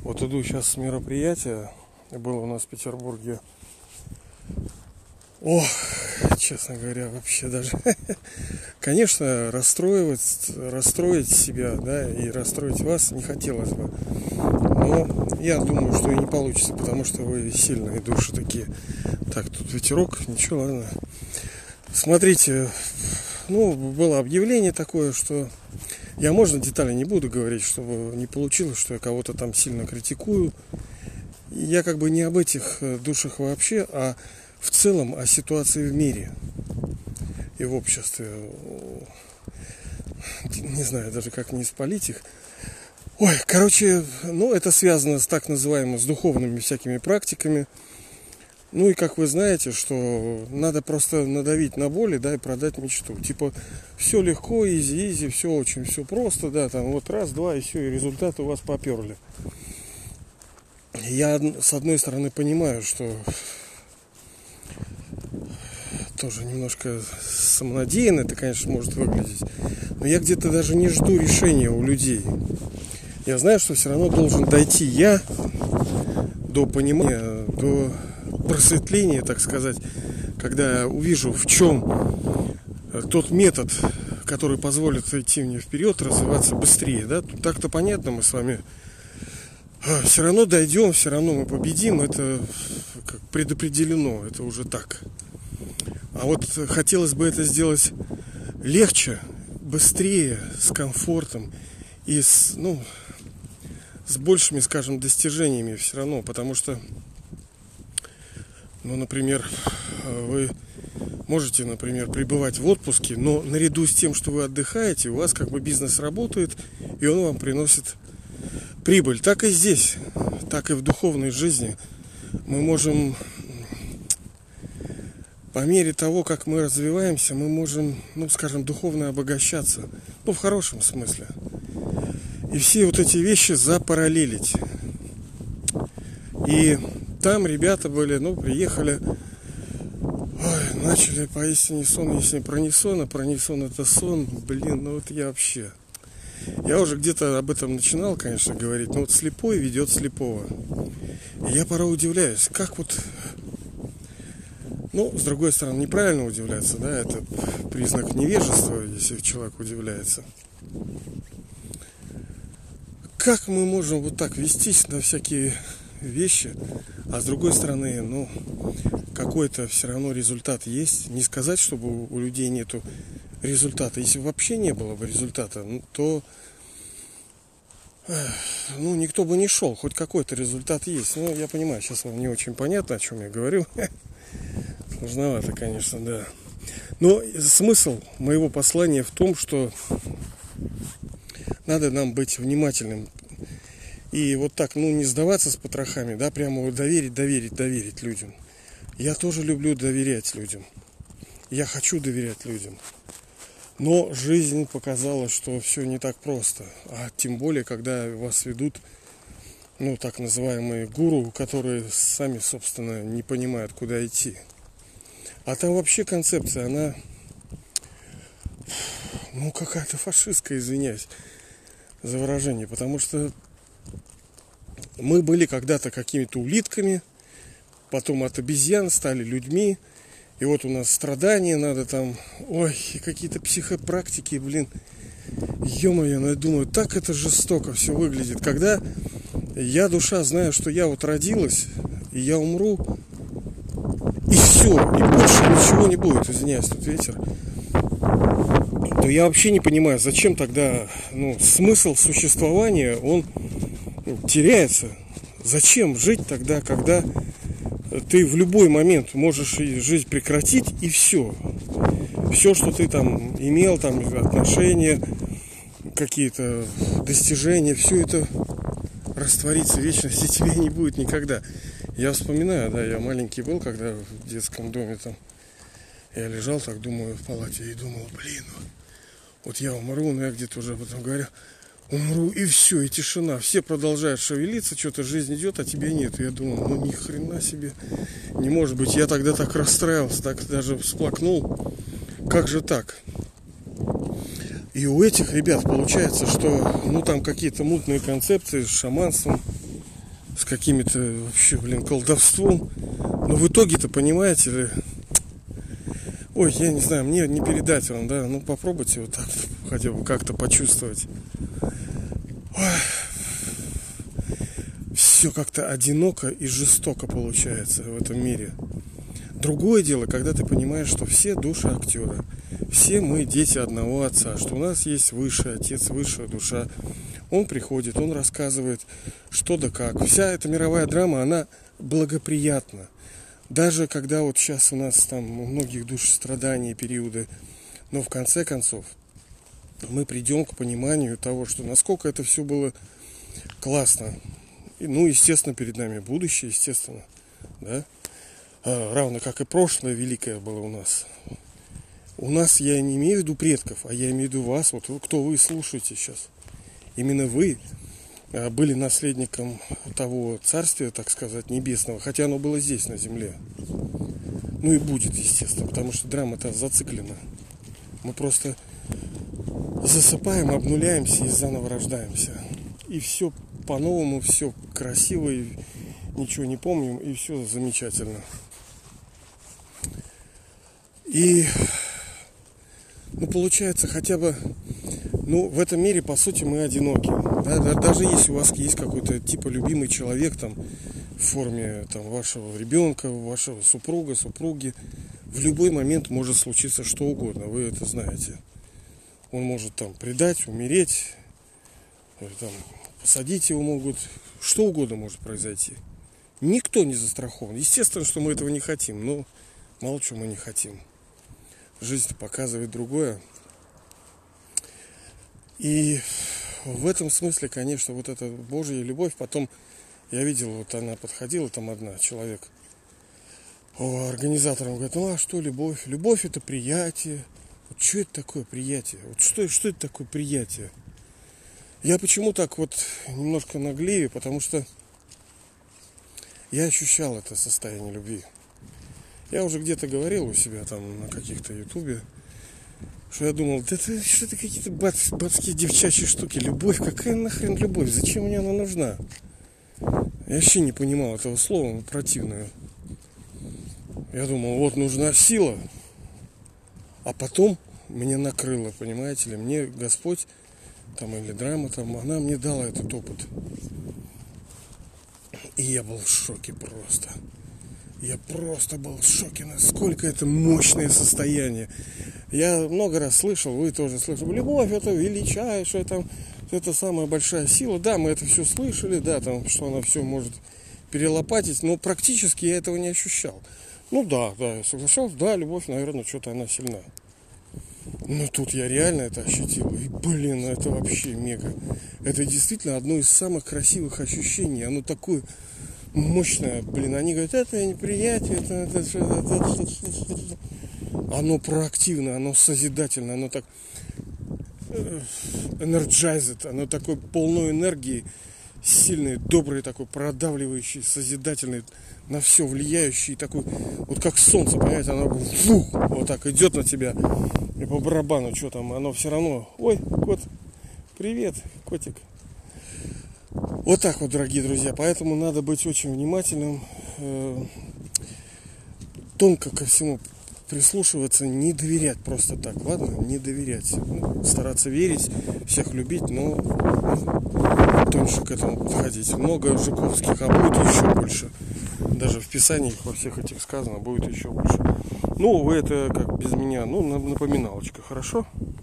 Вот иду сейчас с мероприятия. Было у нас в Петербурге. Ох, честно говоря, вообще даже, конечно, расстроить себя, да, и расстроить вас не хотелось бы. Но я думаю, что и не получится, потому что вы сильные души такие. Так, тут ветерок, ничего, ладно. Смотрите, было объявление такое, что я, можно, детали не буду говорить, чтобы не получилось, что я кого-то там сильно критикую. Я как бы не об этих душах вообще, а в целом о ситуации в мире и в обществе. Не знаю даже, как не спалить их. Ой, короче, это связано с так называемыми, с духовными всякими практиками. Ну и как вы знаете, что надо просто надавить на боли, да, и продать мечту. Типа, все легко, изи, все все просто, да, там вот раз, два, и все, и результаты у вас поперли. Я, с одной стороны, понимаю, что тоже немножко самонадеянно это, конечно, может выглядеть, но я где-то даже не жду решения у людей. Я знаю, что все равно должен дойти я до понимания, до просветления, так сказать, когда я увижу, в чем тот метод, который позволит идти мне вперед, развиваться быстрее. Да? Тут так-то понятно, мы с вами все равно дойдем, все равно мы победим, это как предопределено, это уже так. А вот хотелось бы это сделать легче, быстрее, с комфортом и с большими, скажем, достижениями все равно, потому что, например, вы можете, например, пребывать в отпуске, но наряду с тем, что вы отдыхаете, у вас как бы бизнес работает, и он вам приносит прибыль. Так и здесь, так и в духовной жизни мы можем, по мере того, как мы развиваемся, мы можем, скажем, духовно обогащаться, в хорошем смысле. И все вот эти вещи запараллелить. И там ребята были, приехали, начали поистине сон, если про не сон, а про не сон это сон, я вообще. Я уже где-то об этом начинал, конечно, говорить, но слепой ведет слепого. И я порой удивляюсь, как с другой стороны, неправильно удивляться, да, это признак невежества, если человек удивляется. Как мы можем вот так вестись на всякие вещи, а с другой стороны, какой-то все равно результат есть. Не сказать, чтобы у людей нету результата. Если вообще не было бы результата, то никто бы не шел. Хоть какой-то результат есть. Я понимаю, сейчас вам не очень понятно, о чем я говорю. Сложновато, конечно, да. Но смысл моего послания в том, что надо нам быть внимательным. И вот так, не сдаваться с потрохами, да, прямо доверить людям. Я тоже люблю доверять людям. Я хочу доверять людям. Но жизнь показала, что все не так просто. А тем более, когда вас ведут, так называемые гуру, которые сами, собственно, не понимают, куда идти. А там вообще концепция, она, какая-то фашистская, извиняюсь за выражение. Потому что мы были когда-то какими-то улитками, потом от обезьян стали людьми. И вот у нас страдания, надо там, какие-то психопрактики, ё-моё, я думаю, так это жестоко все выглядит. Когда я, душа, знаю, что я родилась, и я умру, и все, и больше ничего не будет, извиняюсь, тут ветер, то я вообще не понимаю, зачем тогда, смысл существования, он теряется. Зачем жить тогда, когда ты в любой момент можешь жизнь прекратить, и все. Все, что ты там имел, там отношения, какие-то достижения, все это растворится в вечности, тебе не будет никогда. Я вспоминаю, да, я маленький был, когда в детском доме там я лежал, так думаю, в палате, и думал, вот я умру, но я где-то уже потом говорю, умру, и все, и тишина. Все продолжают шевелиться, что-то жизнь идет, а тебя нет. Я думал, ни хрена себе. Не может быть. Я тогда так расстраивался, так даже всплакнул. Как же так? И у этих ребят получается, что там какие-то мутные концепции с шаманством, с какими-то вообще, колдовством. Но в итоге-то, понимаете ли, ой, я не знаю, мне не передать вам, да, ну попробуйте вот так хотя бы как-то почувствовать. Все как-то одиноко и жестоко получается в этом мире. Другое дело, когда ты понимаешь, что все души актеры, все мы дети одного отца, что у нас есть высший отец, высшая душа. Он приходит, он рассказывает, что да как. Вся эта мировая драма, она благоприятна. Даже когда вот сейчас у нас там у многих душ страдания, периоды, но в конце концов мы придем к пониманию того, что насколько это все было классно. И, ну, естественно, перед нами будущее, естественно, да. Равно как и прошлое великое было у нас. У нас, я не имею в виду предков, а я имею в виду вас, вот кто вы слушаете сейчас. Именно вы были наследником того царствия, так сказать, небесного, хотя оно было здесь, на земле. Ну и будет, естественно, потому что драма-то зациклена. Мы просто засыпаем, обнуляемся и заново рождаемся. И все по-новому, все красиво, и ничего не помним, и все замечательно. И, ну, получается, хотя бы, ну, в этом мире, по сути, мы одиноки. Да? Даже если у вас есть какой-то типа любимый человек там, в форме там, вашего ребенка, вашего супруга, супруги, в любой момент может случиться что угодно, вы это знаете. Он может там предать, умереть, там, посадить его могут, что угодно может произойти. Никто не застрахован. Естественно, что мы этого не хотим, но мало чего мы не хотим. Жизнь показывает другое. И в этом смысле, конечно, вот эта Божья любовь. Потом я видел, вот она подходила, там одна человек, организаторам говорит, ну а что любовь? Любовь это приятие. Вот что это такое приятие? Вот что это такое приятие? Я почему так вот немножко наглею, потому что я ощущал это состояние любви. Я уже где-то говорил у себя там на каких-то ютубе, что я думал, да это что-то какие-то бабские девчачьи штуки. Любовь, какая нахрен любовь? Зачем мне она нужна? Я вообще не понимал этого слова, противное. Я думал, вот нужна сила. А потом меня накрыло, понимаете ли. Мне Господь, там, или драма, там, она мне дала этот опыт. И я был в шоке просто. Я просто был в шоке, насколько это мощное состояние. Я много раз слышал, вы тоже слышали, любовь это величайшая, там, это самая большая сила. Да, мы это все слышали, да, там, что она все может перелопатить, но практически я этого не ощущал. Ну да, я соглашался, да, любовь, наверное, что-то она сильна. Но тут я реально это ощутил. И, блин, это вообще мега. Это действительно одно из самых красивых ощущений. Оно такое мощное. Блин, они говорят, это неприятие, оно проактивно, оно созидательно, оно так энерджайзит, оно такой полной энергии, сильный, добрый, такой продавливающий, созидательный, на все влияющий, такой, вот как солнце, понимаете, оно вот так идет на тебя, и по барабану, что там, оно все равно, ой, кот, привет, котик. Вот так вот, дорогие друзья, поэтому надо быть очень внимательным, тонко ко всему прислушиваться, не доверять просто так, ладно, не доверять, стараться верить, всех любить, но тоньше к этому подходить. Много жуковских, а будет еще больше. Даже в Писании во всех этих сказано, будет еще больше. Ну, вы это как без меня, ну, напоминалочка, хорошо?